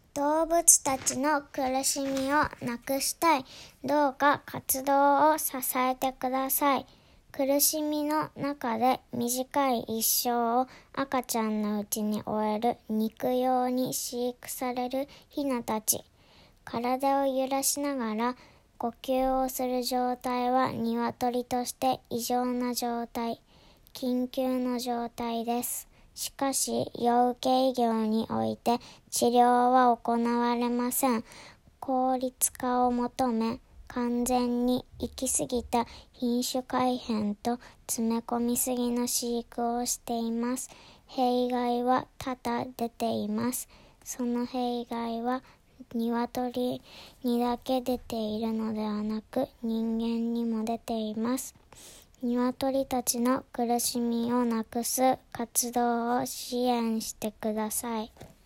動物たちの苦しみをなくしたい。どうか活動を支えてください。苦しみの中で短い一生を赤ちゃんのうちに終える肉用に飼育されるヒナたち。体を揺らしながら呼吸をする状態は鶏として異常な状態、緊急の状態です。しかし、養鶏業において治療は行われません。効率化を求め、完全に行き過ぎた品種改変と詰め込みすぎの飼育をしています。弊害は多々出ています。その弊害は鶏にだけ出ているのではなく、人間にも出ています。鶏たちの苦しみをなくす活動を支援してください。